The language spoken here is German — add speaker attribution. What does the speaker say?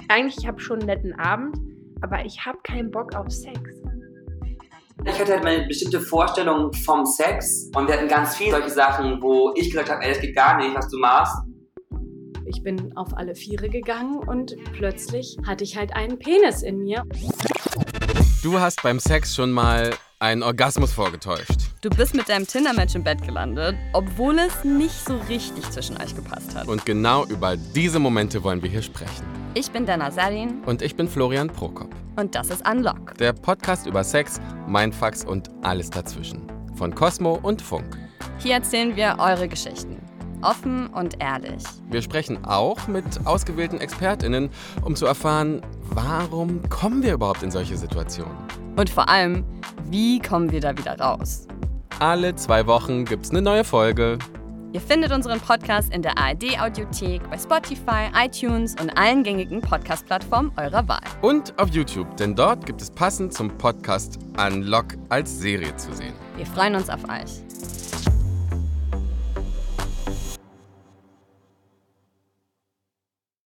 Speaker 1: Eigentlich, ich habe schon einen netten Abend, aber ich habe keinen Bock auf Sex.
Speaker 2: Ich hatte halt meine bestimmte Vorstellung vom Sex und wir hatten ganz viele solche Sachen, wo ich gesagt habe, ey, das geht gar nicht, was du machst.
Speaker 3: Ich bin auf alle Viere gegangen und plötzlich hatte ich halt einen Penis in mir.
Speaker 4: Du hast beim Sex schon mal einen Orgasmus vorgetäuscht.
Speaker 5: Du bist mit deinem Tinder-Match im Bett gelandet, obwohl es nicht so richtig zwischen euch gepasst hat.
Speaker 4: Und genau über diese Momente wollen wir hier sprechen.
Speaker 5: Ich bin Dana Sarin.
Speaker 4: Und ich bin Florian Prokop.
Speaker 5: Und das ist Unlock.
Speaker 4: Der Podcast über Sex, Mindfucks und alles dazwischen. Von Cosmo und Funk.
Speaker 5: Hier erzählen wir eure Geschichten. Offen und ehrlich.
Speaker 4: Wir sprechen auch mit ausgewählten ExpertInnen, um zu erfahren, warum kommen wir überhaupt in solche Situationen?
Speaker 5: Und vor allem, wie kommen wir da wieder raus?
Speaker 4: Alle 2 Wochen gibt's eine neue Folge.
Speaker 5: Ihr findet unseren Podcast in der ARD-Audiothek, bei Spotify, iTunes und allen gängigen Podcast-Plattformen eurer Wahl.
Speaker 4: Und auf YouTube, denn dort gibt es passend zum Podcast Unlock als Serie zu sehen.
Speaker 5: Wir freuen uns auf euch.